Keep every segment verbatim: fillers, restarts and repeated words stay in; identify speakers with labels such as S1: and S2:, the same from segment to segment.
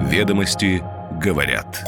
S1: Ведомости говорят.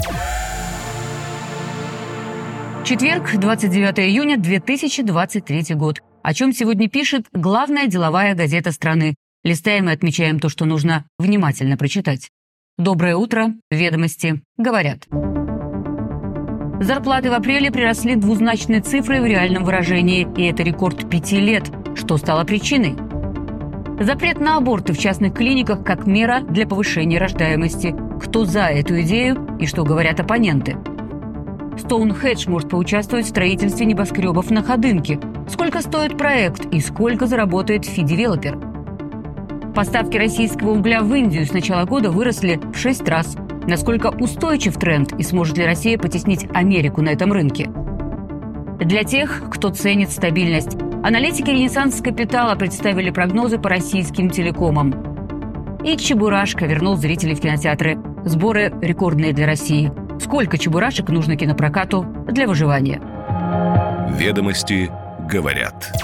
S2: Четверг, двадцать девятое июня две тысячи двадцать третий год. О чем сегодня пишет главная деловая газета страны. Листаем и отмечаем то, что нужно внимательно прочитать. Доброе утро. Ведомости говорят. Зарплаты в апреле приросли двузначной цифрой в реальном выражении, и это рекорд пяти лет. Что стало причиной? Запрет на аборты в частных клиниках как мера для повышения рождаемости. Кто за эту идею и что говорят оппоненты? Стоунхедж может поучаствовать в строительстве небоскребов на Ходынке. Сколько стоит проект и сколько заработает фи-девелопер? Поставки российского угля в Индию с начала года выросли в шесть раз. Насколько устойчив тренд и сможет ли Россия потеснить Америку на этом рынке? Для тех, кто ценит стабильность, аналитики «Ренессанс Капитала» представили прогнозы по российским телекомам. И Чебурашка вернул зрителей в кинотеатры. Сборы рекордные для России. Сколько чебурашек нужно кинопрокату для выживания?
S1: Ведомости говорят.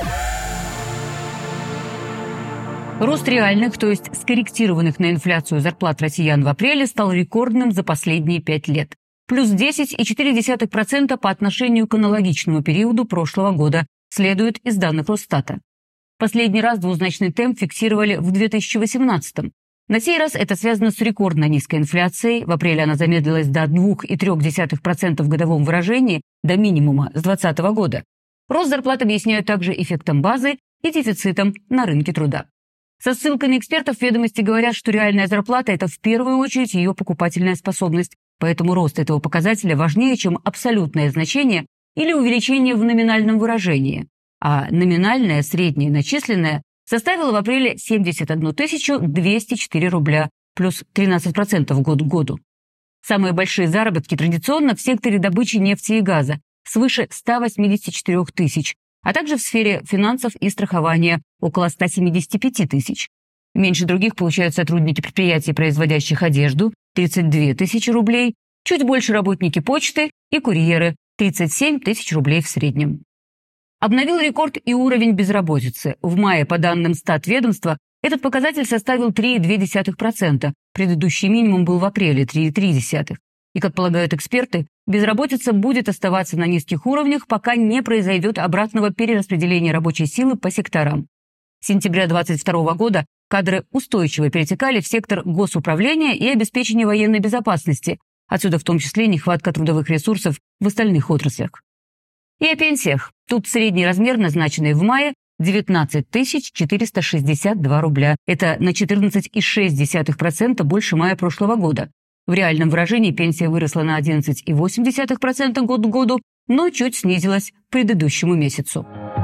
S2: Рост реальных, то есть скорректированных на инфляцию зарплат россиян в апреле стал рекордным за последние пять лет. Плюс десять целых четыре десятых процента по отношению к аналогичному периоду прошлого года, следует из данных Росстата. Последний раз двузначный темп фиксировали в две тысячи восемнадцатом. На сей раз это связано с рекордно низкой инфляцией. В апреле она замедлилась до две целых три десятых процента в годовом выражении, до минимума с двадцатого года. Рост зарплат объясняют также эффектом базы и дефицитом на рынке труда. Со ссылкой на экспертов «Ведомости» говорят, что реальная зарплата – это в первую очередь ее покупательная способность, поэтому рост этого показателя важнее, чем абсолютное значение или увеличение в номинальном выражении. А номинальное, среднее, начисленное составило в апреле семьдесят одну тысячу двести четыре рубля, плюс тринадцать процентов год к году. Самые большие заработки традиционно в секторе добычи нефти и газа – свыше ста восьмидесяти четырёх тысяч, а также в сфере финансов и страхования – около ста семидесяти пяти тысяч. Меньше других получают сотрудники предприятий, производящих одежду – тридцать две тысячи рублей, чуть больше работники почты и курьеры – тридцать семь тысяч рублей в среднем. Обновил рекорд и уровень безработицы. В мае, по данным Статведомства, этот показатель составил три целых две десятых процента, предыдущий минимум был в апреле – три целых три десятых процента. И, как полагают эксперты, безработица будет оставаться на низких уровнях, пока не произойдет обратного перераспределения рабочей силы по секторам. С сентября две тысячи двадцать второго года кадры устойчиво перетекали в сектор госуправления и обеспечения военной безопасности, отсюда в том числе нехватка трудовых ресурсов в остальных отраслях. И о пенсиях. Тут средний размер, назначенный в мае, девятнадцать тысяч четыреста шестьдесят два рубля. Это на четырнадцать целых шесть десятых процента больше мая прошлого года. В реальном выражении пенсия выросла на одиннадцать целых восемь десятых процента год к году, но чуть снизилась к предыдущему месяцу.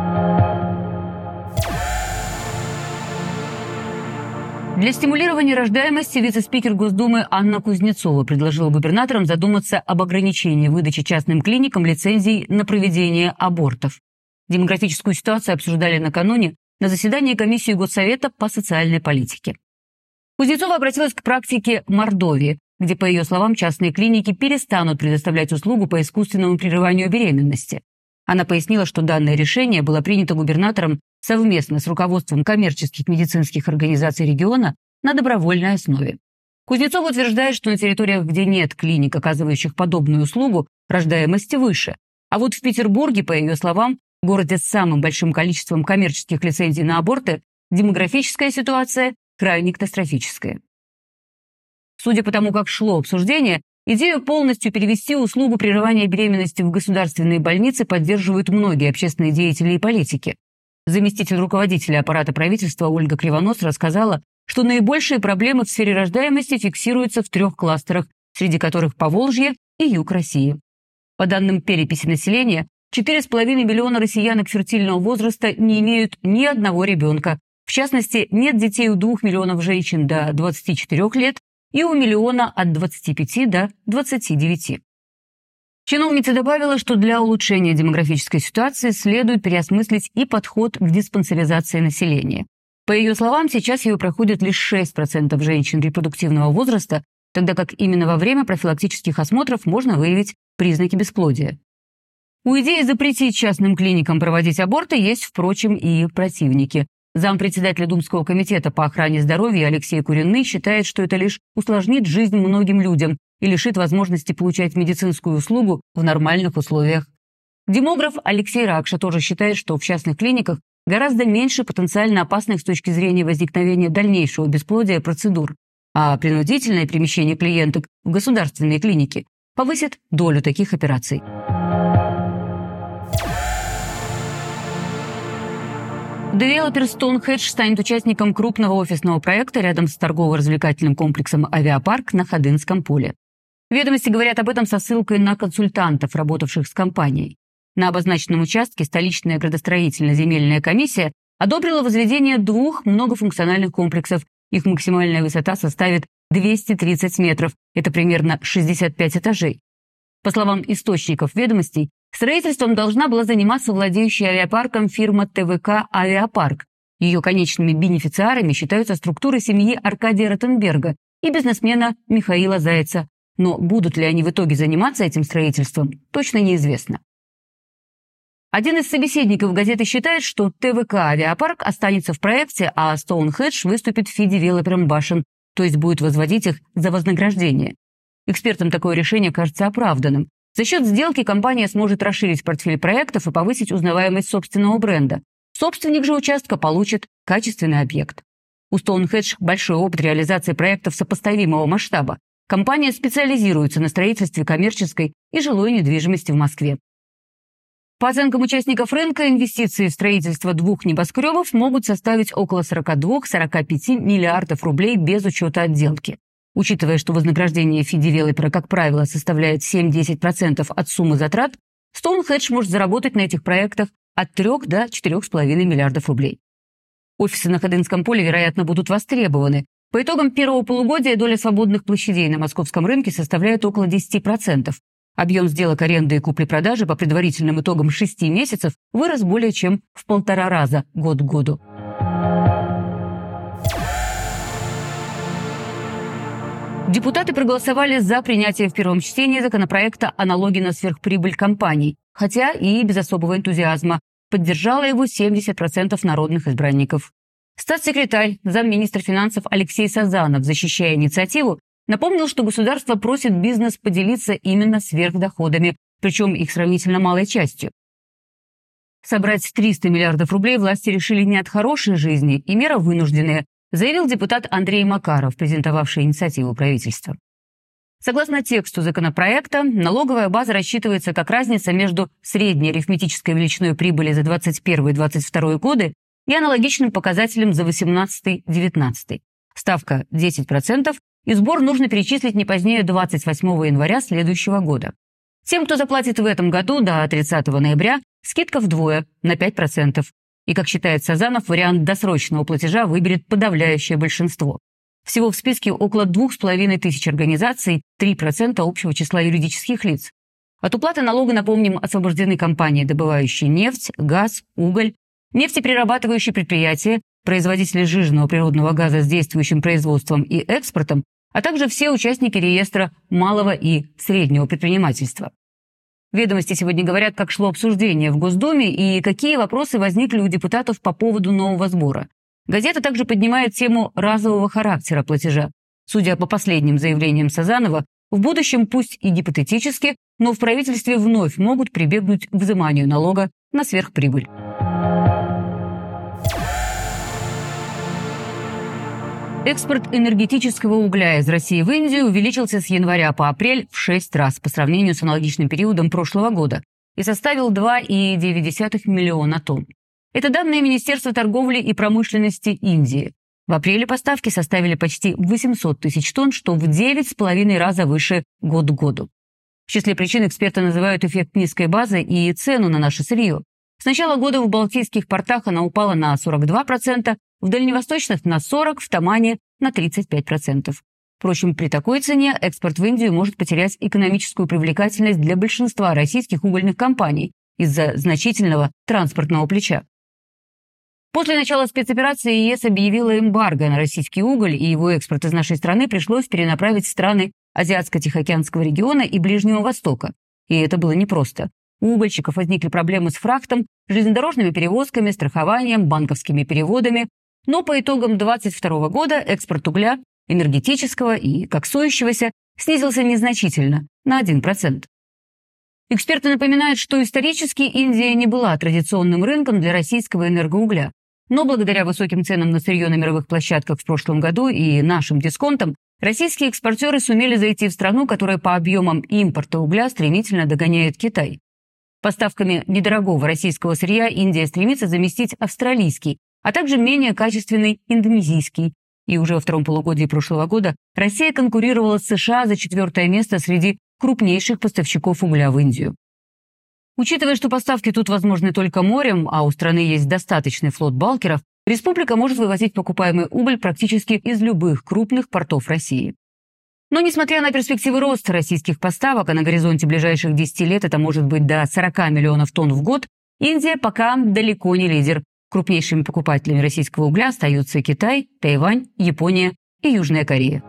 S2: Для стимулирования рождаемости вице-спикер Госдумы Анна Кузнецова предложила губернаторам задуматься об ограничении выдачи частным клиникам лицензий на проведение абортов. Демографическую ситуацию обсуждали накануне на заседании комиссии Госсовета по социальной политике. Кузнецова обратилась к практике Мордовии, где, по ее словам, частные клиники перестанут предоставлять услугу по искусственному прерыванию беременности. Она пояснила, что данное решение было принято губернатором совместно с руководством коммерческих медицинских организаций региона на добровольной основе. Кузнецова утверждает, что на территориях, где нет клиник, оказывающих подобную услугу, рождаемость выше. А вот в Петербурге, по ее словам, в городе с самым большим количеством коммерческих лицензий на аборты, демографическая ситуация крайне катастрофическая. Судя по тому, как шло обсуждение, идею полностью перевести услугу прерывания беременности в государственные больницы поддерживают многие общественные деятели и политики. Заместитель руководителя аппарата правительства Ольга Кривонос рассказала, что наибольшие проблемы в сфере рождаемости фиксируются в трех кластерах, среди которых Поволжье и юг России. По данным переписи населения, четыре с половиной миллиона россиянок фертильного возраста не имеют ни одного ребенка. В частности, нет детей у двух миллионов женщин до двадцати четырёх лет и у миллиона от двадцати пяти до двадцати девяти. Чиновница добавила, что для улучшения демографической ситуации следует переосмыслить и подход к диспансеризации населения. По ее словам, сейчас ее проходит лишь шесть процентов женщин репродуктивного возраста, тогда как именно во время профилактических осмотров можно выявить признаки бесплодия. У идеи запретить частным клиникам проводить аборты есть, впрочем, и противники. Зампредседателя Думского комитета по охране здоровья Алексей Куренный считает, что это лишь усложнит жизнь многим людям и лишит возможности получать медицинскую услугу в нормальных условиях. Демограф Алексей Ракша тоже считает, что в частных клиниках гораздо меньше потенциально опасных с точки зрения возникновения дальнейшего бесплодия процедур, а принудительное перемещение клиенток в государственные клиники повысит долю таких операций. Девелопер Stonehedge станет участником крупного офисного проекта рядом с торгово-развлекательным комплексом «Авиапарк» на Ходынском поле. Ведомости говорят об этом со ссылкой на консультантов, работавших с компанией. На обозначенном участке столичная градостроительно-земельная комиссия одобрила возведение двух многофункциональных комплексов. Их максимальная высота составит двести тридцать метров, это примерно шестьдесят пять этажей. По словам источников ведомостей, строительством должна была заниматься владеющая авиапарком фирма ТВК «Авиапарк». Ее конечными бенефициарами считаются структуры семьи Аркадия Ротенберга и бизнесмена Михаила Зайца. Но будут ли они в итоге заниматься этим строительством, точно неизвестно. Один из собеседников газеты считает, что ТВК «Авиапарк» останется в проекте, а Stonehedge выступит фи-девелопером башен, то есть будет возводить их за вознаграждение. Экспертам такое решение кажется оправданным. За счет сделки компания сможет расширить портфель проектов и повысить узнаваемость собственного бренда. Собственник же участка получит качественный объект. У Stonehedge большой опыт реализации проектов сопоставимого масштаба. Компания специализируется на строительстве коммерческой и жилой недвижимости в Москве. По оценкам участников рынка, инвестиции в строительство двух небоскребов могут составить около сорок два — сорок пять миллиардов рублей без учета отделки. Учитывая, что вознаграждение фи-девелопера, как правило, составляет семь-десять процентов от суммы затрат, Stonehedge может заработать на этих проектах от трёх до четырёх с половиной миллиардов рублей. Офисы на Ходынском поле, вероятно, будут востребованы. По итогам первого полугодия доля свободных площадей на московском рынке составляет около десяти процентов. Объем сделок аренды и купли-продажи по предварительным итогам шести месяцев вырос более чем в полтора раза год к году. Депутаты проголосовали за принятие в первом чтении законопроекта о налоге на сверхприбыль компаний, хотя и без особого энтузиазма. Поддержало его семьдесят процентов народных избранников. Статс-секретарь, замминистра финансов Алексей Сазанов, защищая инициативу, напомнил, что государство просит бизнес поделиться именно сверхдоходами, причем их сравнительно малой частью. Собрать триста миллиардов рублей власти решили не от хорошей жизни, и мера вынужденная, заявил депутат Андрей Макаров, презентовавший инициативу правительства. Согласно тексту законопроекта, налоговая база рассчитывается как разница между средней арифметической величиной прибыли за двадцать первый — двадцать второй годы и аналогичным показателем за восемнадцатый — девятнадцатый. Ставка десять процентов, и сбор нужно перечислить не позднее двадцать восьмого января следующего года. Тем, кто заплатит в этом году до тридцатого ноября, скидка вдвое, на пять процентов. И, как считает Сазанов, вариант досрочного платежа выберет подавляющее большинство. Всего в списке около двух с половиной тысяч организаций, три процента общего числа юридических лиц. От уплаты налога, напомним, освобождены компании, добывающие нефть, газ, уголь, нефтеперерабатывающие предприятия, производители сжиженного природного газа с действующим производством и экспортом, а также все участники реестра малого и среднего предпринимательства. Ведомости сегодня говорят, как шло обсуждение в Госдуме и какие вопросы возникли у депутатов по поводу нового сбора. Газета также поднимает тему разового характера платежа. Судя по последним заявлениям Сазанова, в будущем, пусть и гипотетически, но в правительстве вновь могут прибегнуть к взиманию налога на сверхприбыль. Экспорт энергетического угля из России в Индию увеличился с января по апрель в шесть раз по сравнению с аналогичным периодом прошлого года и составил два целых девять десятых миллиона тонн. Это данные Министерства торговли и промышленности Индии. В апреле поставки составили почти восемьсот тысяч тонн, что в девять с половиной раза выше год к году. В числе причин эксперты называют эффект низкой базы и цену на наше сырье. С начала года в балтийских портах она упала на сорок два процента, в дальневосточных на сорок процентов, в Тамане на тридцать пять процентов. Впрочем, при такой цене экспорт в Индию может потерять экономическую привлекательность для большинства российских угольных компаний из-за значительного транспортного плеча. После начала спецоперации ЕС объявила эмбарго на российский уголь, и его экспорт из нашей страны пришлось перенаправить в страны Азиатско-Тихоокеанского региона и Ближнего Востока. И это было непросто. У угольщиков возникли проблемы с фрахтом, железнодорожными перевозками, страхованием, банковскими переводами. Но по итогам две тысячи двадцать второго года экспорт угля, энергетического и коксующегося, снизился незначительно, на один процент. Эксперты напоминают, что исторически Индия не была традиционным рынком для российского энергоугля. Но благодаря высоким ценам на сырье на мировых площадках в прошлом году и нашим дисконтам, российские экспортеры сумели зайти в страну, которая по объемам импорта угля стремительно догоняет Китай. Поставками недорогого российского сырья Индия стремится заместить австралийский, а также менее качественный индонезийский. И уже во втором полугодии прошлого года Россия конкурировала с США за четвертое место среди крупнейших поставщиков угля в Индию. Учитывая, что поставки тут возможны только морем, а у страны есть достаточный флот балкеров, республика может вывозить покупаемый уголь практически из любых крупных портов России. Но несмотря на перспективы роста российских поставок, а на горизонте ближайших десяти лет это может быть до сорока миллионов тонн в год, Индия пока далеко не лидер. Крупнейшими покупателями российского угля остаются Китай, Тайвань, Япония и Южная Корея.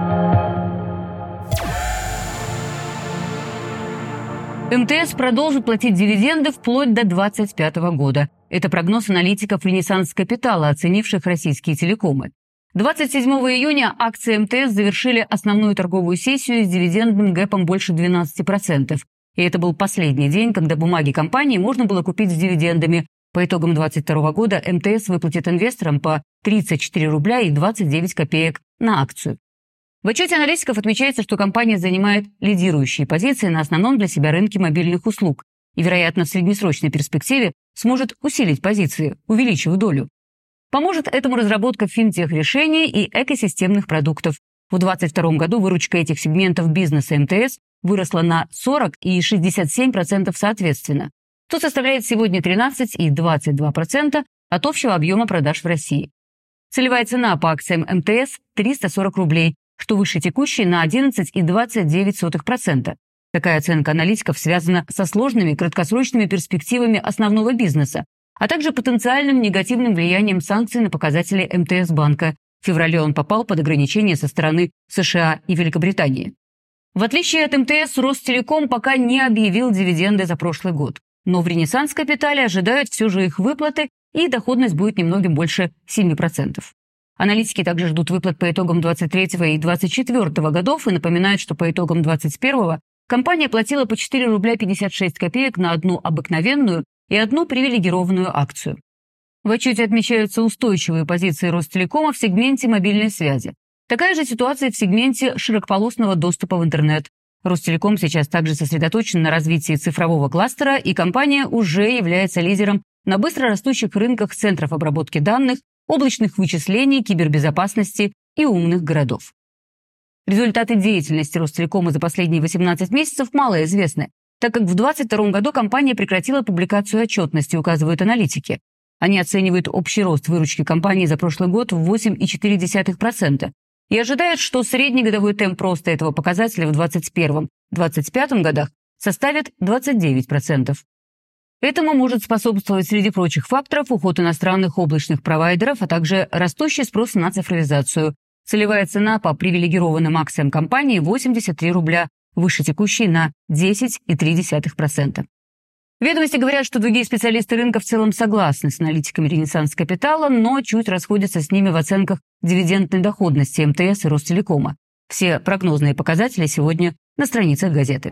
S2: МТС продолжит платить дивиденды вплоть до две тысячи двадцать пятого года. Это прогноз аналитиков «Ренессанс Капитала», оценивших российские телекомы. двадцать седьмого июня акции МТС завершили основную торговую сессию с дивидендным гэпом больше двенадцати процентов. И это был последний день, когда бумаги компании можно было купить с дивидендами. По итогам две тысячи двадцать второго года МТС выплатит инвесторам по тридцать четыре рубля и двадцать девять копеек на акцию. В отчете аналитиков отмечается, что компания занимает лидирующие позиции на основном для себя рынке мобильных услуг и, вероятно, в среднесрочной перспективе сможет усилить позиции, увеличив долю. Поможет этому разработка финтех-решений и экосистемных продуктов. В две тысячи двадцать втором году выручка этих сегментов бизнеса МТС выросла на сорок и шестьдесят семь процентов соответственно, что составляет сегодня тринадцать и двадцать два процента от общего объема продаж в России. Целевая цена по акциям МТС – триста сорок рублей, что выше текущей на одиннадцать и двадцать девять сотых процента. Такая оценка аналитиков связана со сложными краткосрочными перспективами основного бизнеса, а также потенциальным негативным влиянием санкций на показатели МТС-банка. В феврале он попал под ограничения со стороны США и Великобритании. В отличие от МТС, Ростелеком пока не объявил дивиденды за прошлый год. Но в «Ренессанс Капитале» ожидают все же их выплаты, и доходность будет немногим больше семи процентов. Аналитики также ждут выплат по итогам двадцать третьего и двадцать четвёртого годов и напоминают, что по итогам двадцать первого компания платила по четыре рубля пятьдесят шесть копеек на одну обыкновенную и одну привилегированную акцию. В отчете отмечаются устойчивые позиции Ростелекома в сегменте мобильной связи. Такая же ситуация в сегменте широкополосного доступа в интернет. Ростелеком сейчас также сосредоточен на развитии цифрового кластера, и компания уже является лидером на быстро растущих рынках центров обработки данных, облачных вычислений, кибербезопасности и умных городов. Результаты деятельности Ростелекома за последние восемнадцать месяцев мало известны, так как в две тысячи двадцать втором году компания прекратила публикацию отчетности, указывают аналитики. Они оценивают общий рост выручки компании за прошлый год в восемь и четыре десятых процента и ожидают, что среднегодовой темп роста этого показателя в двадцать первом — двадцать пятом годах составит двадцать девять процентов. Этому может способствовать среди прочих факторов уход иностранных облачных провайдеров, а также растущий спрос на цифровизацию. Целевая цена по привилегированным акциям компании – восемьдесят три рубля, выше текущей на десять и три десятых процента. Ведомости говорят, что другие специалисты рынка в целом согласны с аналитиками «Ренессанс Капитала», но чуть расходятся с ними в оценках дивидендной доходности МТС и Ростелекома. Все прогнозные показатели сегодня на страницах газеты.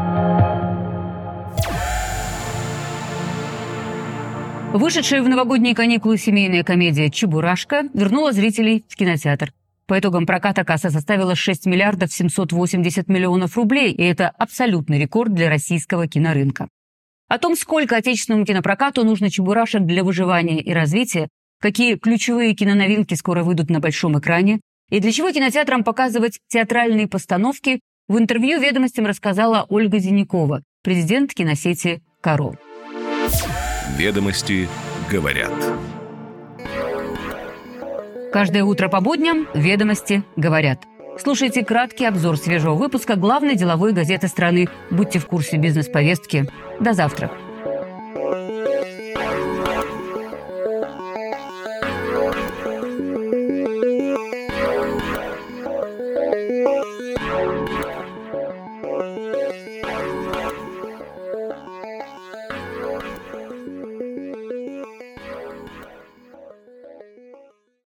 S2: Вышедшая в новогодние каникулы семейная комедия «Чебурашка» вернула зрителей в кинотеатр. По итогам проката касса составила шесть миллиардов семьсот восемьдесят миллионов рублей, и это абсолютный рекорд для российского кинорынка. О том, сколько отечественному кинопрокату нужно чебурашек для выживания и развития, какие ключевые киноновинки скоро выйдут на большом экране, и для чего кинотеатрам показывать театральные постановки, в интервью «Ведомостям» рассказала Ольга Зинякова, президент киносети «Каро».
S1: Ведомости говорят.
S2: Каждое утро по будням «Ведомости говорят». Слушайте краткий обзор свежего выпуска главной деловой газеты страны. Будьте в курсе бизнес-повестки. До завтра.